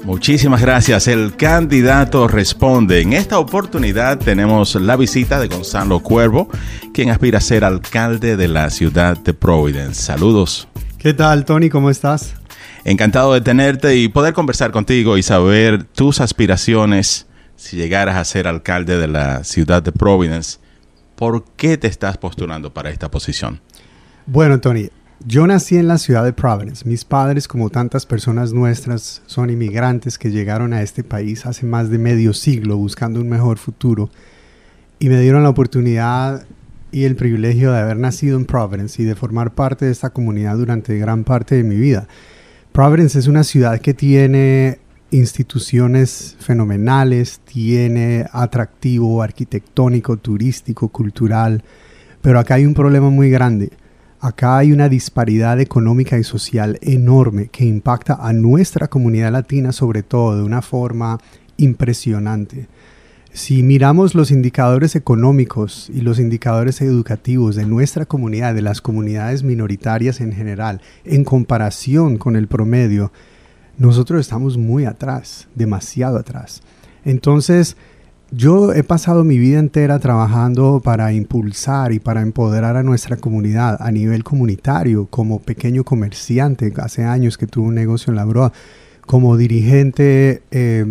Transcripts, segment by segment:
Muchísimas gracias. El candidato responde. En esta oportunidad tenemos la visita de Gonzalo Cuervo, quien aspira a ser alcalde de la ciudad de Providence. Saludos. ¿Qué tal, Tony? ¿Cómo estás? Encantado de tenerte y poder conversar contigo y saber tus aspiraciones si llegaras a ser alcalde de la ciudad de Providence. ¿Por qué te estás postulando para esta posición? Bueno, Tony, yo nací en la ciudad de Providence. Mis padres, como tantas personas nuestras, son inmigrantes que llegaron a este país hace más de medio siglo buscando un mejor futuro y me dieron la oportunidad y el privilegio de haber nacido en Providence y de formar parte de esta comunidad durante gran parte de mi vida. Providence es una ciudad que tiene instituciones fenomenales, tiene atractivo arquitectónico, turístico, cultural, pero acá hay un problema muy grande. Acá hay una disparidad económica y social enorme que impacta a nuestra comunidad latina sobre todo de una forma impresionante. Si miramos los indicadores económicos y los indicadores educativos de nuestra comunidad, de las comunidades minoritarias en general, en comparación con el promedio, nosotros estamos muy atrás, demasiado atrás. Entonces, yo he pasado mi vida entera trabajando para impulsar y para empoderar a nuestra comunidad a nivel comunitario, como pequeño comerciante, hace años que tuve un negocio en La Broad, como dirigente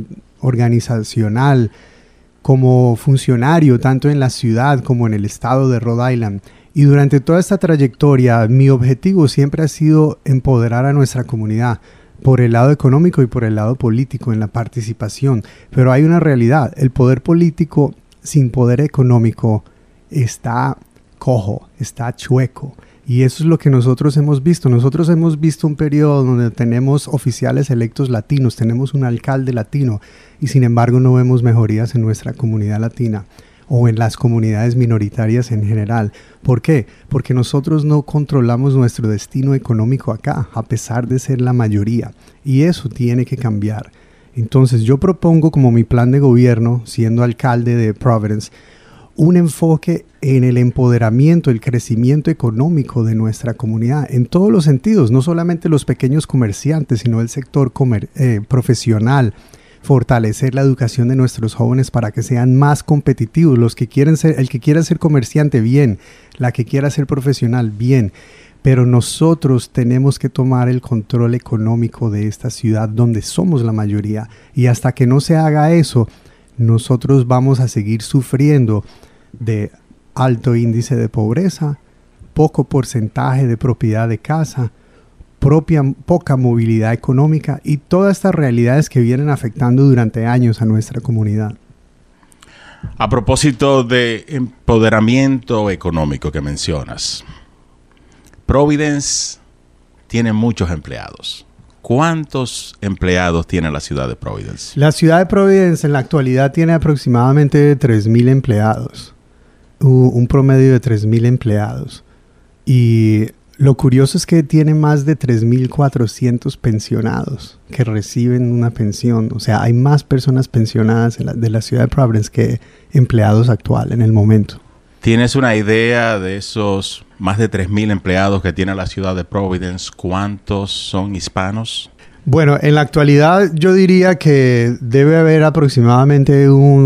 organizacional, como funcionario tanto en la ciudad como en el estado de Rhode Island. Y durante toda esta trayectoria, mi objetivo siempre ha sido empoderar a nuestra comunidad por el lado económico y por el lado político en la participación. Pero hay una realidad, el poder político sin poder económico está cojo, está chueco. Y eso es lo que nosotros hemos visto. Nosotros hemos visto un periodo donde tenemos oficiales electos latinos, tenemos un alcalde latino y sin embargo no vemos mejorías en nuestra comunidad latina o en las comunidades minoritarias en general. ¿Por qué? Porque nosotros no controlamos nuestro destino económico acá, a pesar de ser la mayoría. Y eso tiene que cambiar. Entonces yo propongo como mi plan de gobierno, siendo alcalde de Providence, un enfoque en el empoderamiento, el crecimiento económico de nuestra comunidad, en todos los sentidos, no solamente los pequeños comerciantes, sino el sector profesional, fortalecer la educación de nuestros jóvenes para que sean más competitivos, el que quiera ser comerciante, bien, la que quiera ser profesional, bien, pero nosotros tenemos que tomar el control económico de esta ciudad donde somos la mayoría y hasta que no se haga eso, nosotros vamos a seguir sufriendo de alto índice de pobreza, poco porcentaje de propiedad de casa, poca movilidad económica y todas estas realidades que vienen afectando durante años a nuestra comunidad. A propósito de empoderamiento económico que mencionas, Providence tiene muchos empleados. ¿Cuántos empleados tiene la ciudad de Providence? La ciudad de Providence en la actualidad tiene aproximadamente 3,000 empleados, un promedio de 3,000 empleados. Y lo curioso es que tiene más de 3,400 pensionados que reciben una pensión. O sea, hay más personas pensionadas de la ciudad de Providence que empleados actuales en el momento. ¿Tienes una idea de esos más de 3,000 empleados que tiene la ciudad de Providence? ¿Cuántos son hispanos? Bueno, en la actualidad yo diría que debe haber aproximadamente un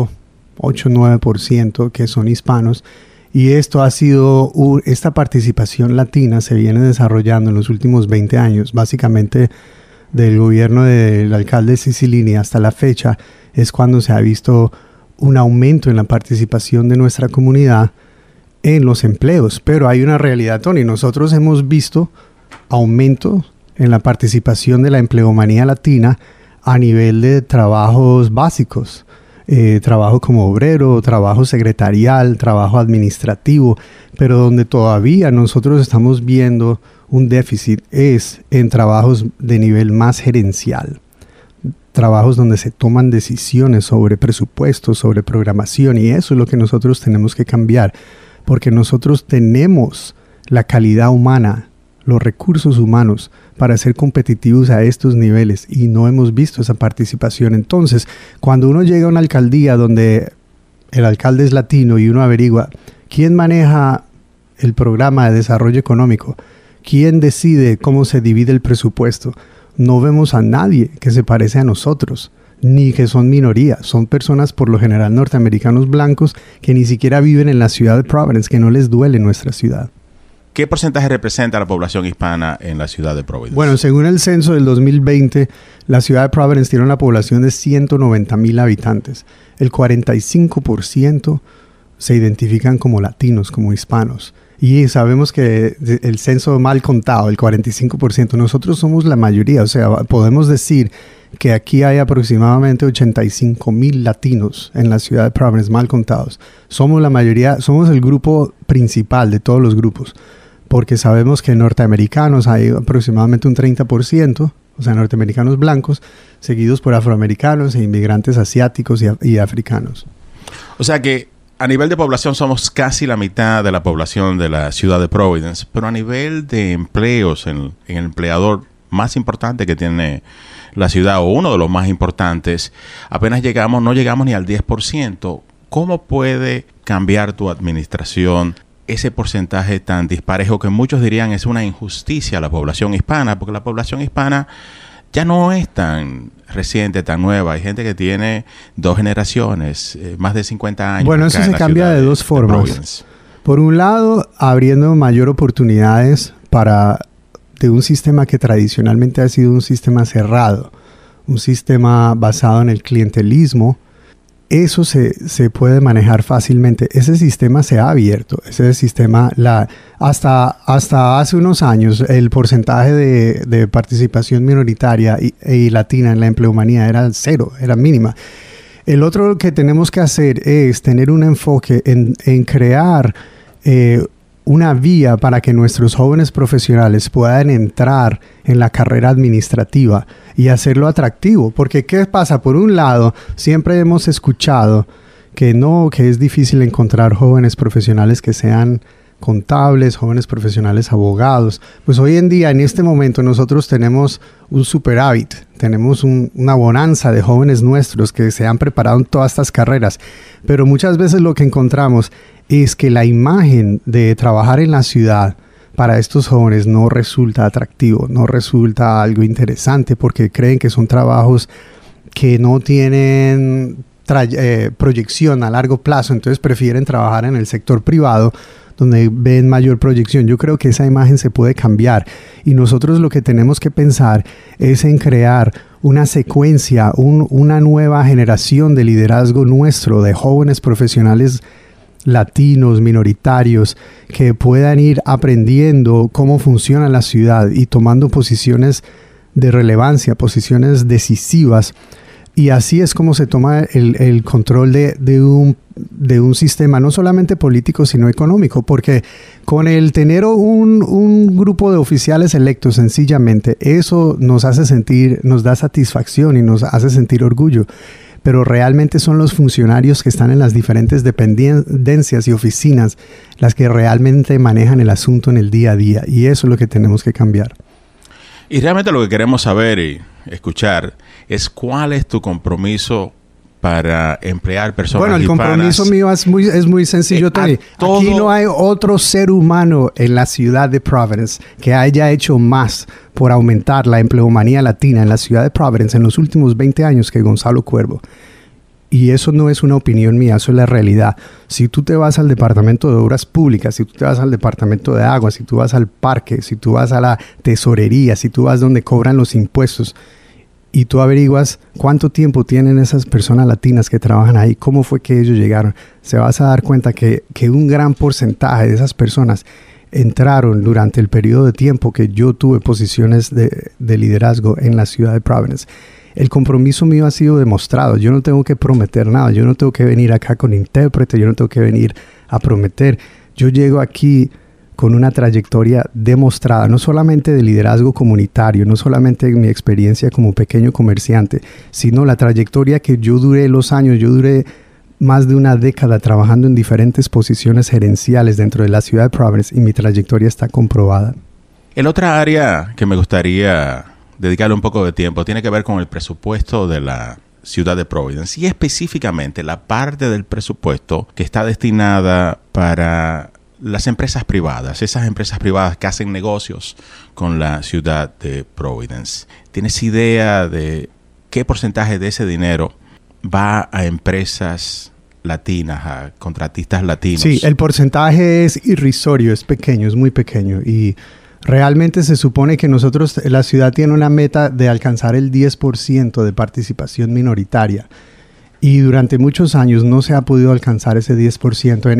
8-9% que son hispanos. Y esto ha sido, esta participación latina se viene desarrollando en los últimos 20 años, básicamente del gobierno del alcalde Cicilline hasta la fecha, es cuando se ha visto un aumento en la participación de nuestra comunidad en los empleos. Pero hay una realidad, Tony, nosotros hemos visto aumento en la participación de la empleomanía latina a nivel de trabajos básicos. Trabajo como obrero, trabajo secretarial, trabajo administrativo, pero donde todavía nosotros estamos viendo un déficit es en trabajos de nivel más gerencial, trabajos donde se toman decisiones sobre presupuestos, sobre programación, y eso es lo que nosotros tenemos que cambiar, porque nosotros tenemos la calidad humana, los recursos humanos para ser competitivos a estos niveles y no hemos visto esa participación. Entonces, cuando uno llega a una alcaldía donde el alcalde es latino y uno averigua quién maneja el programa de desarrollo económico, quién decide cómo se divide el presupuesto, no vemos a nadie que se parece a nosotros, ni que son minoría. Son personas por lo general norteamericanos blancos que ni siquiera viven en la ciudad de Providence, que no les duele nuestra ciudad. ¿Qué porcentaje representa la población hispana en la ciudad de Providence? Bueno, según el censo del 2020, la ciudad de Providence tiene una población de 190,000 habitantes. El 45% se identifican como latinos, como hispanos. Y sabemos que el censo mal contado, el 45%, nosotros somos la mayoría. O sea, podemos decir que aquí hay aproximadamente 85,000 latinos en la ciudad de Providence, mal contados. Somos la mayoría, somos el grupo principal de todos los grupos, porque sabemos que norteamericanos hay aproximadamente un 30%, o sea, norteamericanos blancos, seguidos por afroamericanos e inmigrantes asiáticos y africanos. O sea que a nivel de población somos casi la mitad de la población de la ciudad de Providence, pero a nivel de empleos, en el empleador más importante que tiene la ciudad, o uno de los más importantes, apenas no llegamos ni al 10%. ¿Cómo puede cambiar tu administración ese porcentaje tan disparejo que muchos dirían es una injusticia a la población hispana? Porque la población hispana ya no es tan reciente, tan nueva. Hay gente que tiene 2 generaciones, más de 50 años. Bueno, eso se cambia de 2 formas. Por un lado, abriendo mayor oportunidades de un sistema que tradicionalmente ha sido un sistema cerrado, un sistema basado en el clientelismo. Eso se puede manejar fácilmente. Ese sistema se ha abierto. Ese sistema, hasta hace unos años, el porcentaje de participación minoritaria y latina en la empleomanía era 0, era mínima. El otro que tenemos que hacer es tener un enfoque en crear una vía para que nuestros jóvenes profesionales puedan entrar en la carrera administrativa y hacerlo atractivo. Porque ¿qué pasa? Por un lado, siempre hemos escuchado que es difícil encontrar jóvenes profesionales que sean contables, jóvenes profesionales abogados. Pues hoy en día, en este momento, nosotros tenemos un superávit, tenemos una bonanza de jóvenes nuestros que se han preparado en todas estas carreras. Pero muchas veces lo que encontramos es que la imagen de trabajar en la ciudad para estos jóvenes no resulta atractivo, no resulta algo interesante, porque creen que son trabajos que no tienen proyección a largo plazo, entonces prefieren trabajar en el sector privado, donde ven mayor proyección. Yo creo que esa imagen se puede cambiar, y nosotros lo que tenemos que pensar es en crear una secuencia, una nueva generación de liderazgo nuestro, de jóvenes profesionales latinos, minoritarios, que puedan ir aprendiendo cómo funciona la ciudad y tomando posiciones de relevancia, posiciones decisivas. Y así es como se toma el control de un sistema, no solamente político, sino económico, porque con el tener un grupo de oficiales electos, sencillamente, eso nos da satisfacción y nos hace sentir orgullo. Pero realmente son los funcionarios que están en las diferentes dependencias y oficinas las que realmente manejan el asunto en el día a día, y eso es lo que tenemos que cambiar. Y realmente lo que queremos saber y escuchar es cuál es tu compromiso para emplear personas hispanas. Bueno, el compromiso mío es muy sencillo, Tony. Aquí no hay otro ser humano en la ciudad de Providence que haya hecho más por aumentar la empleomanía latina en la ciudad de Providence en los últimos 20 años que Gonzalo Cuervo. Y eso no es una opinión mía, eso es la realidad. Si tú te vas al Departamento de Obras Públicas, si tú te vas al Departamento de Agua, si tú vas al parque, si tú vas a la tesorería, si tú vas donde cobran los impuestos, y tú averiguas cuánto tiempo tienen esas personas latinas que trabajan ahí, cómo fue que ellos llegaron, se vas a dar cuenta que un gran porcentaje de esas personas entraron durante el periodo de tiempo que yo tuve posiciones de liderazgo en la ciudad de Providence. El compromiso mío ha sido demostrado. Yo no tengo que prometer nada. Yo no tengo que venir acá con intérprete. Yo no tengo que venir a prometer. Yo llego aquí con una trayectoria demostrada, no solamente de liderazgo comunitario, no solamente en mi experiencia como pequeño comerciante, sino la trayectoria que yo duré más de una década trabajando en diferentes posiciones gerenciales dentro de la ciudad de Providence, y mi trayectoria está comprobada. El otra área que me gustaría dedicarle un poco de tiempo tiene que ver con el presupuesto de la ciudad de Providence, y específicamente la parte del presupuesto que está destinada para las empresas privadas, esas empresas privadas que hacen negocios con la ciudad de Providence. ¿Tienes idea de qué porcentaje de ese dinero va a empresas latinas, a contratistas latinos? Sí, el porcentaje es irrisorio, es pequeño, es muy pequeño. Y realmente se supone que nosotros, la ciudad tiene una meta de alcanzar el 10% de participación minoritaria. Y durante muchos años no se ha podido alcanzar ese 10%.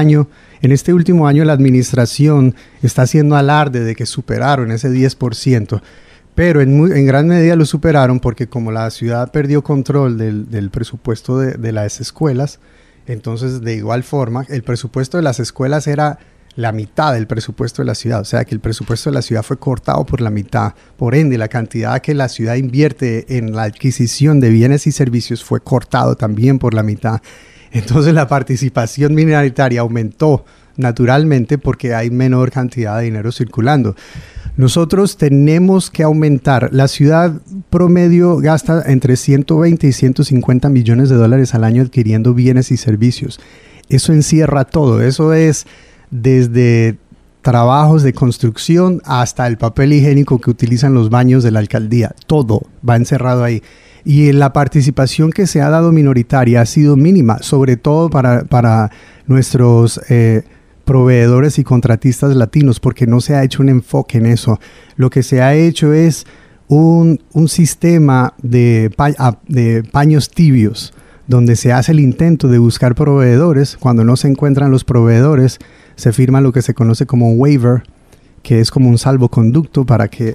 En este último año, la administración está haciendo alarde de que superaron ese 10%. Pero en gran medida lo superaron porque como la ciudad perdió control del presupuesto de las escuelas, entonces de igual forma el presupuesto de las escuelas era la mitad del presupuesto de la ciudad. O sea que el presupuesto de la ciudad fue cortado por la mitad. Por ende, la cantidad que la ciudad invierte en la adquisición de bienes y servicios fue cortado también por la mitad. Entonces la participación minoritaria aumentó naturalmente porque hay menor cantidad de dinero circulando. Nosotros tenemos que aumentar. La ciudad promedio gasta entre 120 y 150 millones de dólares al año adquiriendo bienes y servicios. Eso encierra todo. Eso es desde trabajos de construcción hasta el papel higiénico que utilizan los baños de la alcaldía. Todo va encerrado ahí. Y la participación que se ha dado minoritaria ha sido mínima, sobre todo para nuestros proveedores y contratistas latinos, porque no se ha hecho un enfoque en eso. Lo que se ha hecho es un sistema de paños tibios, donde se hace el intento de buscar proveedores. Cuando no se encuentran los proveedores, se firma lo que se conoce como un waiver, que es como un salvoconducto para que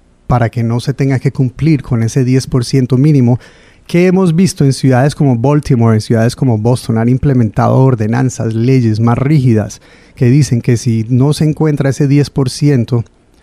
no se tenga que cumplir con ese 10% mínimo que hemos visto en ciudades como Baltimore, en ciudades como Boston. Han implementado ordenanzas, leyes más rígidas que dicen que si no se encuentra ese 10%,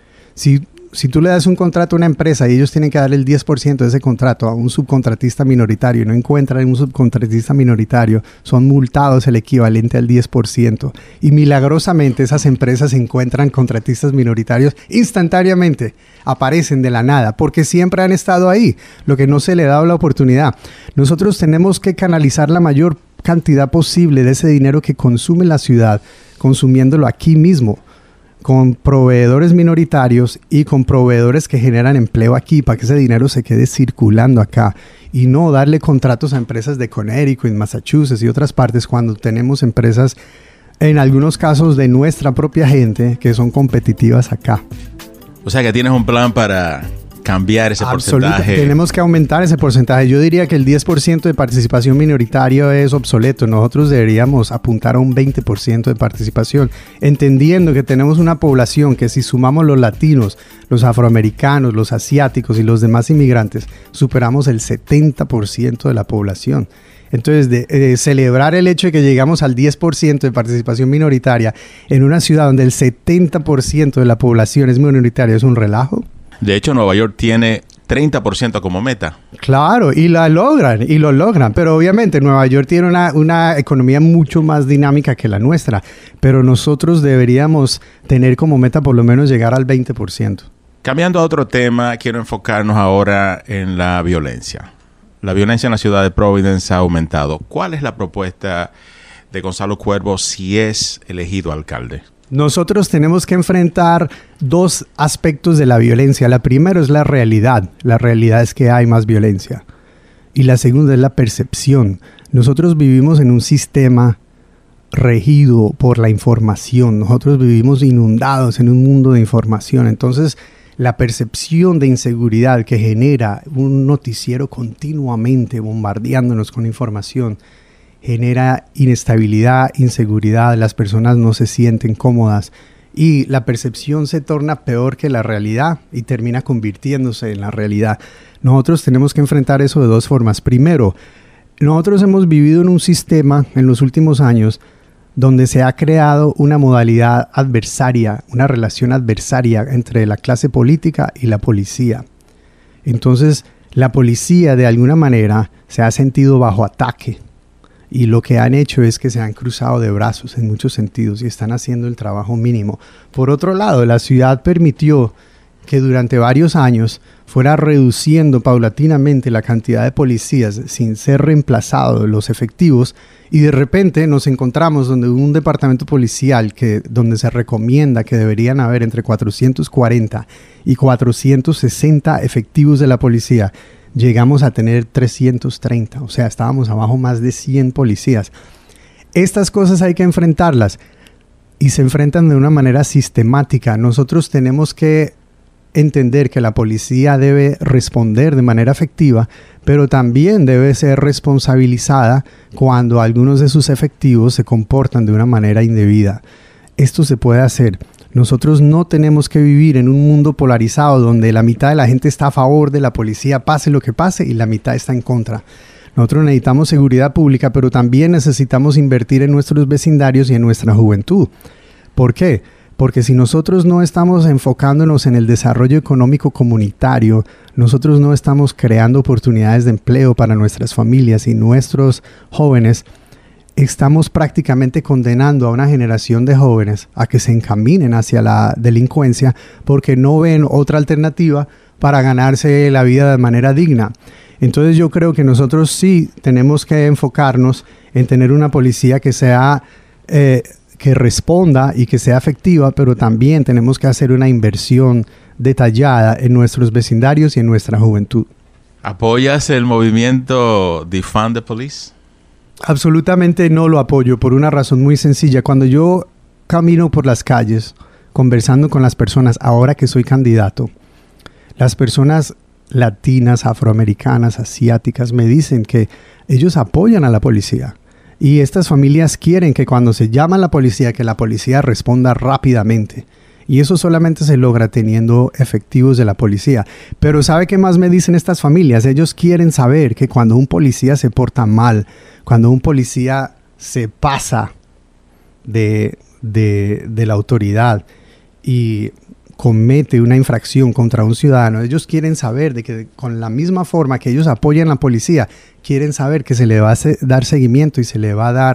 si tú le das un contrato a una empresa y ellos tienen que darle el 10% de ese contrato a un subcontratista minoritario y no encuentran un subcontratista minoritario, son multados el equivalente al 10%. Y milagrosamente esas empresas encuentran contratistas minoritarios instantáneamente, aparecen de la nada, porque siempre han estado ahí, lo que no se le da la oportunidad. Nosotros tenemos que canalizar la mayor cantidad posible de ese dinero que consume la ciudad, consumiéndolo aquí mismo, con proveedores minoritarios y con proveedores que generan empleo aquí para que ese dinero se quede circulando acá y no darle contratos a empresas de Connecticut, Massachusetts y otras partes cuando tenemos empresas, en algunos casos de nuestra propia gente, que son competitivas acá. O sea que tienes un plan para cambiar ese porcentaje. Tenemos que aumentar ese porcentaje. Yo diría que el 10% de participación minoritaria es obsoleto. Nosotros deberíamos apuntar a un 20% de participación, entendiendo que tenemos una población que si sumamos los latinos, los afroamericanos, los asiáticos y los demás inmigrantes, superamos el 70% de la población. Entonces, celebrar el hecho de que llegamos al 10% de participación minoritaria en una ciudad donde el 70% de la población es minoritaria es un relajo. De hecho, Nueva York tiene 30% como meta. Claro, y lo logran. Pero obviamente Nueva York tiene una economía mucho más dinámica que la nuestra. Pero nosotros deberíamos tener como meta por lo menos llegar al 20%. Cambiando a otro tema, quiero enfocarnos ahora en la violencia. La violencia en la ciudad de Providence ha aumentado. ¿Cuál es la propuesta de Gonzalo Cuervo si es elegido alcalde? Nosotros tenemos que enfrentar dos aspectos de la violencia. La primera es la realidad. La realidad es que hay más violencia. Y la segunda es la percepción. Nosotros vivimos en un sistema regido por la información. Nosotros vivimos inundados en un mundo de información. Entonces, la percepción de inseguridad que genera un noticiero continuamente bombardeándonos con información genera inestabilidad, inseguridad, las personas no se sienten cómodas y la percepción se torna peor que la realidad y termina convirtiéndose en la realidad. Nosotros tenemos que enfrentar eso de dos formas. Primero, nosotros hemos vivido en un sistema en los últimos años donde se ha creado una modalidad adversaria, una relación adversaria entre la clase política y la policía. Entonces, la policía de alguna manera se ha sentido bajo ataque. Y lo que han hecho es que se han cruzado de brazos en muchos sentidos y están haciendo el trabajo mínimo. Por otro lado, la ciudad permitió que durante varios años fuera reduciendo paulatinamente la cantidad de policías sin ser reemplazados los efectivos, y de repente nos encontramos donde un departamento policial donde se recomienda que deberían haber entre 440 y 460 efectivos de la policía, llegamos a tener 330, o sea, estábamos abajo más de 100 policías. Estas cosas hay que enfrentarlas y se enfrentan de una manera sistemática. Nosotros tenemos que entender que la policía debe responder de manera efectiva, pero también debe ser responsabilizada cuando algunos de sus efectivos se comportan de una manera indebida. Esto se puede hacer. Nosotros no tenemos que vivir en un mundo polarizado donde la mitad de la gente está a favor de la policía, pase lo que pase, y la mitad está en contra. Nosotros necesitamos seguridad pública, pero también necesitamos invertir en nuestros vecindarios y en nuestra juventud. ¿Por qué? Porque si nosotros no estamos enfocándonos en el desarrollo económico comunitario, nosotros no estamos creando oportunidades de empleo para nuestras familias y nuestros jóvenes, estamos prácticamente condenando a una generación de jóvenes a que se encaminen hacia la delincuencia porque no ven otra alternativa para ganarse la vida de manera digna. Entonces yo creo que nosotros sí tenemos que enfocarnos en tener una policía que sea que responda y que sea efectiva, pero también tenemos que hacer una inversión detallada en nuestros vecindarios y en nuestra juventud. ¿Apoyas el movimiento Defund the Police? Absolutamente no lo apoyo, por una razón muy sencilla. Cuando yo camino por las calles conversando con las personas, ahora que soy candidato, las personas latinas, afroamericanas, asiáticas me dicen que ellos apoyan a la policía. Y estas familias quieren que cuando se llama a la policía, que la policía responda rápidamente. Y eso solamente se logra teniendo efectivos de la policía. Pero ¿sabe qué más me dicen estas familias? Ellos quieren saber que cuando un policía se porta mal, cuando un policía se pasa de la autoridad y comete una infracción contra un ciudadano, ellos quieren saber de que con la misma forma que ellos apoyan a la policía, quieren saber que se le va a dar seguimiento y se le va a dar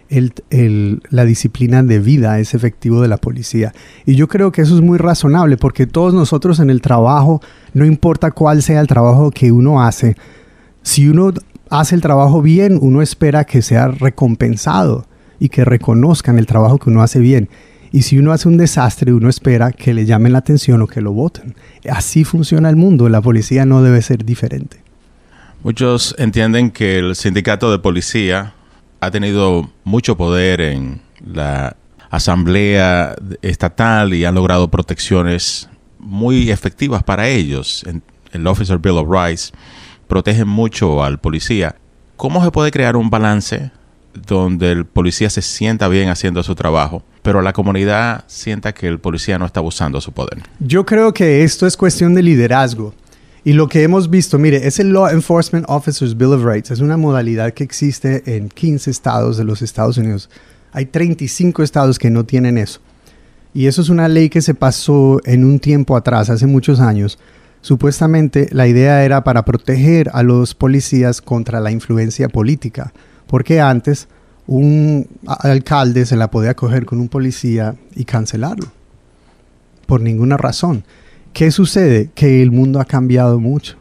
la disciplina debida a ese efectivo de la policía. Y yo creo que eso es muy razonable, porque todos nosotros en el trabajo, no importa cuál sea el trabajo que uno hace, si uno hace el trabajo bien, uno espera que sea recompensado y que reconozcan el trabajo que uno hace bien. Y si uno hace un desastre, uno espera que le llamen la atención o que lo voten. Así funciona el mundo. La policía no debe ser diferente. Muchos entienden que el sindicato de policía ha tenido mucho poder en la asamblea estatal y han logrado protecciones muy efectivas para ellos. El Officer Bill of Rights protege mucho al policía. ¿Cómo se puede crear un balance donde el policía se sienta bien haciendo su trabajo, pero la comunidad sienta que el policía no está abusando de su poder? Yo creo que esto es cuestión de liderazgo. Y lo que hemos visto, mire, es el Law Enforcement Officers Bill of Rights. Es una modalidad que existe en 15 estados de los Estados Unidos. Hay 35 estados que no tienen eso. Y eso es una ley que se pasó en un tiempo atrás, hace muchos años. Supuestamente la idea era para proteger a los policías contra la influencia política. Porque antes un alcalde se la podía coger con un policía y cancelarlo. Por ninguna razón. ¿Qué sucede? Que el mundo ha cambiado mucho.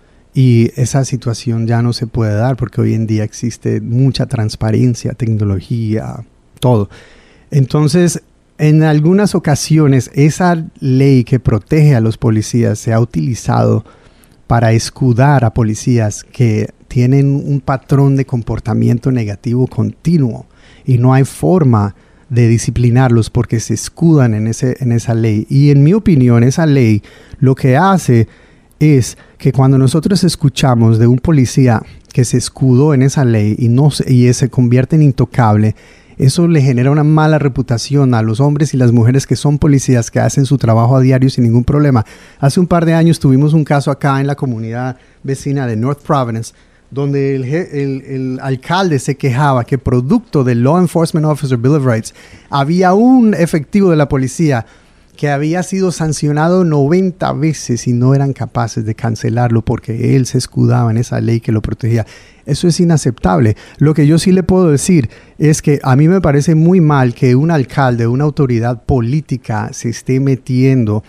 Y esa situación ya no se puede dar porque hoy en día existe mucha transparencia, tecnología, todo. Entonces, en algunas ocasiones, esa ley que protege a los policías se ha utilizado para escudar a policías que tienen un patrón de comportamiento negativo continuo y no hay forma de disciplinarlos porque se escudan en esa ley. Y en mi opinión, esa ley lo que hace es que cuando nosotros escuchamos de un policía que se escudó en esa ley y se convierte en intocable, eso le genera una mala reputación a los hombres y las mujeres que son policías, que hacen su trabajo a diario sin ningún problema. Hace un par de años tuvimos un caso acá en la comunidad vecina de North Providence, donde el alcalde se quejaba que producto del Law Enforcement Officer Bill of Rights había un efectivo de la policía que había sido sancionado 90 veces y no eran capaces de cancelarlo porque él se escudaba en esa ley que lo protegía. Eso es inaceptable. Lo que yo sí le puedo decir es que a mí me parece muy mal que un alcalde, una autoridad política se esté metiendo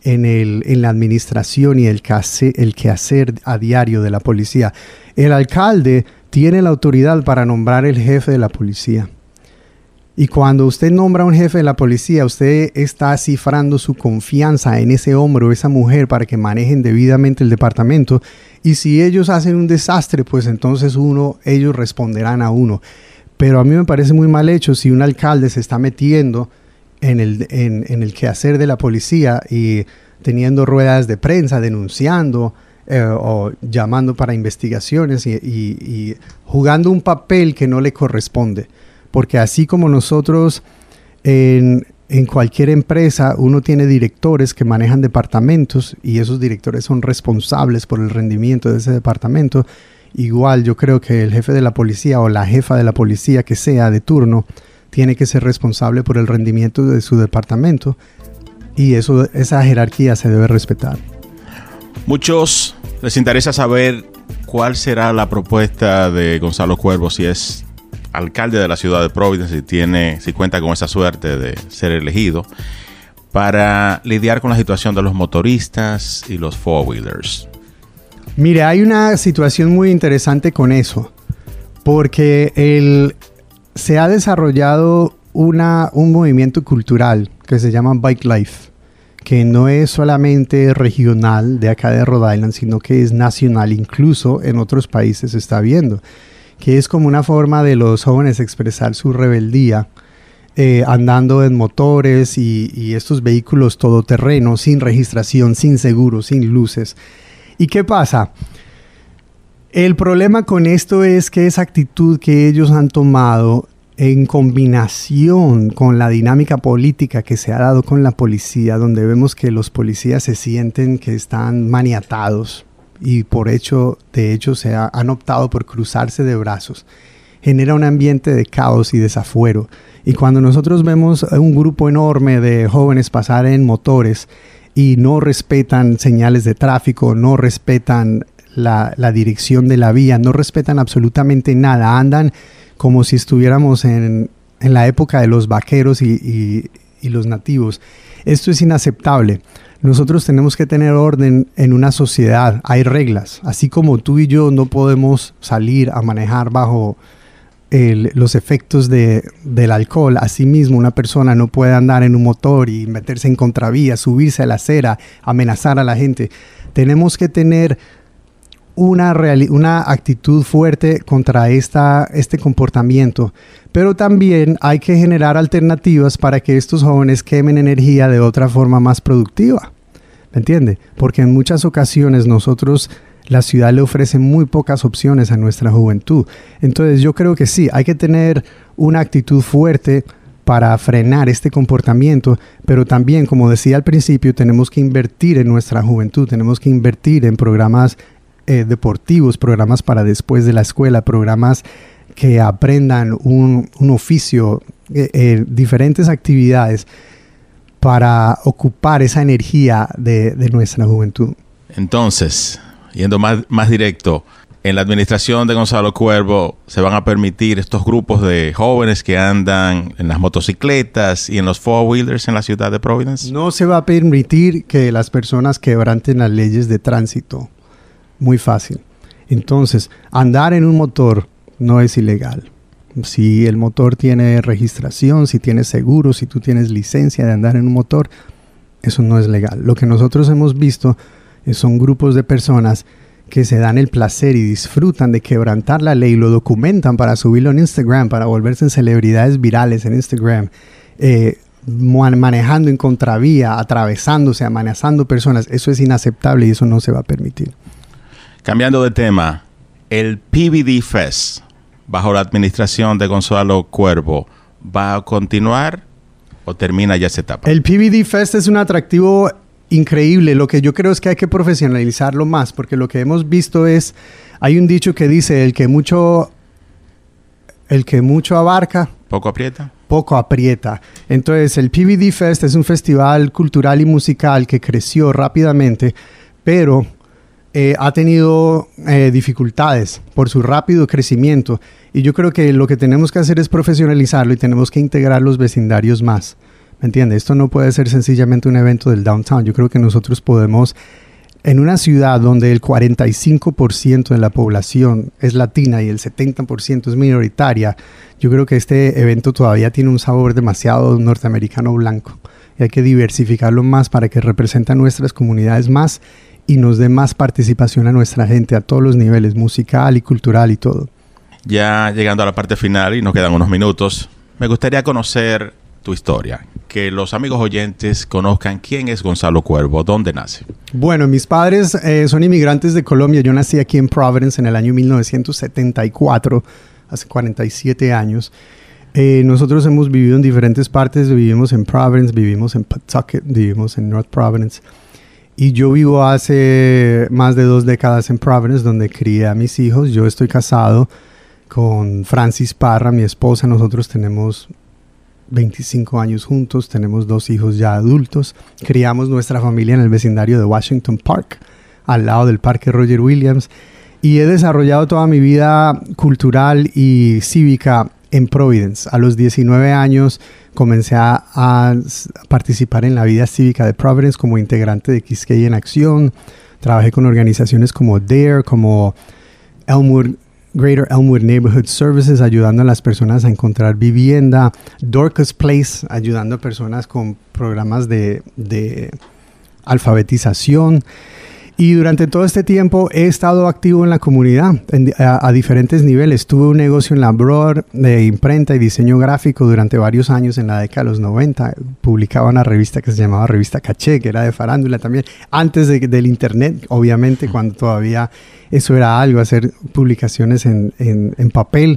en la administración y el quehacer a diario de la policía. El alcalde tiene la autoridad para nombrar el jefe de la policía. Y cuando usted nombra a un jefe de la policía, usted está cifrando su confianza en ese hombre o esa mujer para que manejen debidamente el departamento. Y si ellos hacen un desastre, pues entonces ellos responderán a uno. Pero a mí me parece muy mal hecho si un alcalde se está metiendo en el quehacer de la policía y teniendo ruedas de prensa, denunciando o llamando para investigaciones y jugando un papel que no le corresponde. Porque así como nosotros en cualquier empresa, uno tiene directores que manejan departamentos y esos directores son responsables por el rendimiento de ese departamento. Igual yo creo que el jefe de la policía o la jefa de la policía que sea de turno tiene que ser responsable por el rendimiento de su departamento y esa jerarquía se debe respetar. Muchos les interesa saber cuál será la propuesta de Gonzalo Cuervo si es alcalde de la ciudad de Providence si cuenta con esa suerte de ser elegido para lidiar con la situación de los motoristas y los four-wheelers. Mire, hay una situación muy interesante con eso, porque se ha desarrollado un movimiento cultural que se llama Bike Life, que no es solamente regional de acá de Rhode Island, sino que es nacional, incluso en otros países se está viendo, que es como una forma de los jóvenes expresar su rebeldía andando en motores y estos vehículos todoterreno, sin registración, sin seguro, sin luces. ¿Y qué pasa? El problema con esto es que esa actitud que ellos han tomado en combinación con la dinámica política que se ha dado con la policía, donde vemos que los policías se sienten que están maniatados y de hecho han optado por cruzarse de brazos, genera un ambiente de caos y desafuero. Y cuando nosotros vemos un grupo enorme de jóvenes pasar en motores y no respetan señales de tráfico, no respetan la dirección de la vía, no respetan absolutamente nada, andan como si estuviéramos en la época de los vaqueros y los nativos. Esto es inaceptable. Nosotros tenemos que tener orden en una sociedad. Hay reglas. Así como tú y yo no podemos salir a manejar bajo los efectos del alcohol, asimismo una persona no puede andar en un motor y meterse en contravía, subirse a la acera, amenazar a la gente. Tenemos que tener una actitud fuerte contra este comportamiento, pero también hay que generar alternativas para que estos jóvenes quemen energía de otra forma más productiva, ¿me entiende? Porque en muchas ocasiones la ciudad le ofrece muy pocas opciones a nuestra juventud. Entonces yo creo que sí, hay que tener una actitud fuerte para frenar este comportamiento, pero también, como decía al principio, tenemos que invertir en nuestra juventud, tenemos que invertir en programas deportivos, programas para después de la escuela, programas que aprendan un oficio, diferentes actividades para ocupar esa energía de nuestra juventud. Entonces, yendo más directo, en la administración de Gonzalo Cuervo se van a permitir estos grupos de jóvenes que andan en las motocicletas y en los four-wheelers en la ciudad de Providence. No se va a permitir que las personas quebranten las leyes de tránsito. Muy fácil. Entonces, andar en un motor no es ilegal. Si el motor tiene registración, si tiene seguro, si tú tienes licencia de andar en un motor, eso no es legal. Lo que nosotros hemos visto son grupos de personas que se dan el placer y disfrutan de quebrantar la ley, lo documentan para subirlo en Instagram, para volverse en celebridades virales en Instagram, manejando en contravía, atravesándose, amenazando personas. Eso es inaceptable y eso no se va a permitir. Cambiando de tema, el PBD Fest, bajo la administración de Gonzalo Cuervo, ¿va a continuar o termina ya esa etapa? El PBD Fest es un atractivo increíble. Lo que yo creo es que hay que profesionalizarlo más, porque lo que hemos visto hay un dicho que dice, el que mucho abarca, poco aprieta. Poco aprieta. Entonces, el PBD Fest es un festival cultural y musical que creció rápidamente, pero ha tenido dificultades por su rápido crecimiento. Y yo creo que lo que tenemos que hacer es profesionalizarlo y tenemos que integrar los vecindarios más. ¿Me entiendes? Esto no puede ser sencillamente un evento del downtown. Yo creo que nosotros podemos, en una ciudad donde el 45% de la población es latina y el 70% es minoritaria, yo creo que este evento todavía tiene un sabor demasiado norteamericano blanco. Y hay que diversificarlo más para que represente a nuestras comunidades más y nos dé más participación a nuestra gente a todos los niveles, musical y cultural y todo. Ya llegando a la parte final y nos quedan unos minutos, me gustaría conocer tu historia. Que los amigos oyentes conozcan quién es Gonzalo Cuervo, dónde nace. Bueno, mis padres son inmigrantes de Colombia. Yo nací aquí en Providence en el año 1974, hace 47 años. Nosotros hemos vivido en diferentes partes. Vivimos en Providence, vivimos en Pawtucket, vivimos en North Providence. Y yo vivo hace más de 2 décadas en Providence, donde crié a mis hijos. Yo estoy casado con Francis Parra, mi esposa. Nosotros tenemos 25 años juntos, tenemos 2 hijos ya adultos. Criamos nuestra familia en el vecindario de Washington Park, al lado del Parque Roger Williams. Y he desarrollado toda mi vida cultural y cívica en Providence. A los 19 años comencé a participar en la vida cívica de Providence como integrante de Quisqueya en Acción. Trabajé con organizaciones como DARE, como Greater Elmwood Neighborhood Services, ayudando a las personas a encontrar vivienda. Dorcas Place, ayudando a personas con programas de alfabetización. Y durante todo este tiempo he estado activo en la comunidad a diferentes niveles. Tuve un negocio en la Broad de imprenta y diseño gráfico durante varios años en la década de los 90. Publicaba una revista que se llamaba Revista Caché, que era de farándula también, antes del internet, obviamente, cuando todavía eso era algo, hacer publicaciones en papel.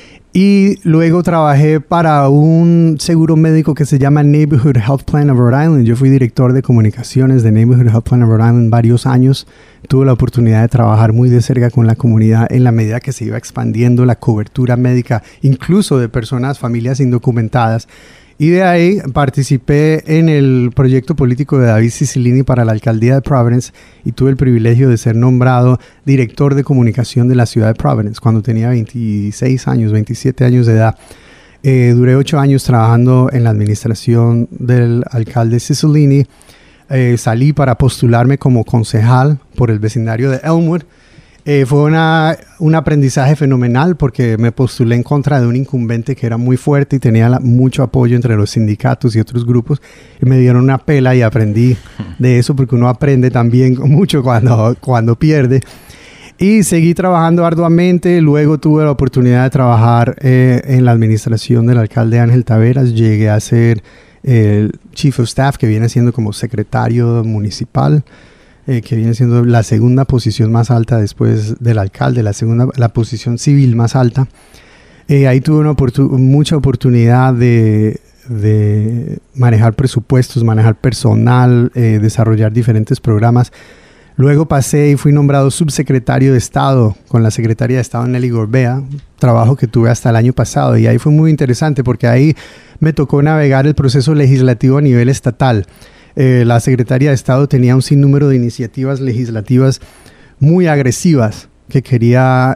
Y luego trabajé para un seguro médico que se llama Neighborhood Health Plan of Rhode Island. Yo fui director de comunicaciones de Neighborhood Health Plan of Rhode Island varios años. Tuve la oportunidad de trabajar muy de cerca con la comunidad en la medida que se iba expandiendo la cobertura médica, incluso de personas, familias indocumentadas. Y de ahí participé en el proyecto político de David Cicilline para la alcaldía de Providence y tuve el privilegio de ser nombrado director de comunicación de la ciudad de Providence cuando tenía 26 años, 27 años de edad. Duré 8 años trabajando en la administración del alcalde Cicilline. Salí para postularme como concejal por el vecindario de Elmwood. Fue un aprendizaje fenomenal porque me postulé en contra de un incumbente que era muy fuerte y tenía mucho apoyo entre los sindicatos y otros grupos. Y me dieron una pela y aprendí de eso porque uno aprende también mucho cuando pierde. Y seguí trabajando arduamente. Luego tuve la oportunidad de trabajar en la administración del alcalde Ángel Taveras. Llegué a ser el Chief of Staff, que viene siendo como secretario municipal. Que viene siendo la segunda posición más alta después del alcalde, la posición civil más alta. Ahí tuve mucha oportunidad de manejar presupuestos, manejar personal, desarrollar diferentes programas. Luego pasé y fui nombrado subsecretario de Estado con la secretaria de Estado Nelly Gorbea, trabajo que tuve hasta el año pasado. Y ahí fue muy interesante porque ahí me tocó navegar el proceso legislativo a nivel estatal. La Secretaría de Estado tenía un sinnúmero de iniciativas legislativas muy agresivas que quería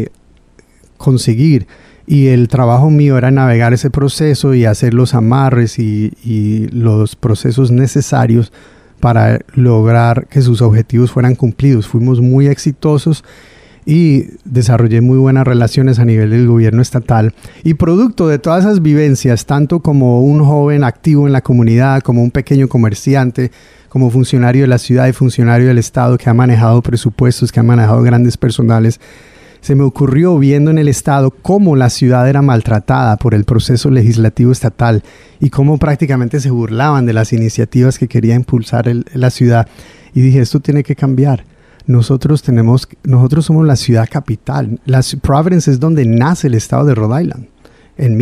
conseguir. Y el trabajo mío era navegar ese proceso y hacer los amarres y los procesos necesarios para lograr que sus objetivos fueran cumplidos. Fuimos muy exitosos y desarrollé muy buenas relaciones a nivel del gobierno estatal. Y producto de todas esas vivencias, tanto como un joven activo en la comunidad, como un pequeño comerciante, como funcionario de la ciudad y funcionario del estado que ha manejado presupuestos, que ha manejado grandes personales, se me ocurrió, viendo en el estado cómo la ciudad era maltratada por el proceso legislativo estatal y cómo prácticamente se burlaban de las iniciativas que quería impulsar la ciudad. Y dije, esto tiene que cambiar. Nosotros somos la ciudad capital. Providence es donde nace el estado de Rhode Island, en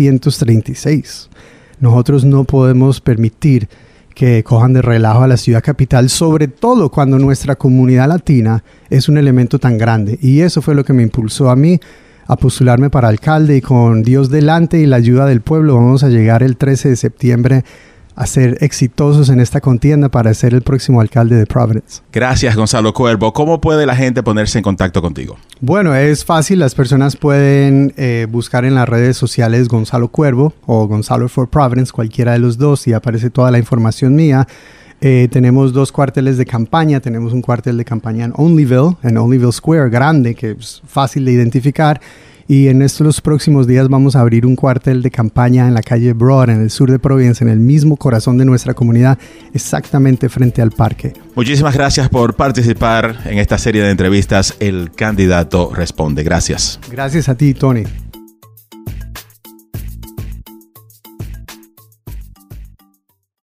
1636. Nosotros no podemos permitir que cojan de relajo a la ciudad capital, sobre todo cuando nuestra comunidad latina es un elemento tan grande. Y eso fue lo que me impulsó a mí a postularme para alcalde, y con Dios delante y la ayuda del pueblo vamos a llegar el 13 de septiembre a ser exitosos en esta contienda para ser el próximo alcalde de Providence. Gracias, Gonzalo Cuervo. ¿Cómo puede la gente ponerse en contacto contigo? Bueno, es fácil. Las personas pueden buscar en las redes sociales Gonzalo Cuervo o Gonzalo for Providence, cualquiera de los dos, y aparece toda la información mía. Tenemos 2 cuarteles de campaña. Tenemos un cuartel de campaña en Olneyville Square, grande, que es fácil de identificar. Y en estos próximos días vamos a abrir un cuartel de campaña en la calle Broad, en el sur de Providence, en el mismo corazón de nuestra comunidad, exactamente frente al parque. Muchísimas gracias por participar en esta serie de entrevistas. El Candidato Responde. Gracias. Gracias a ti, Tony.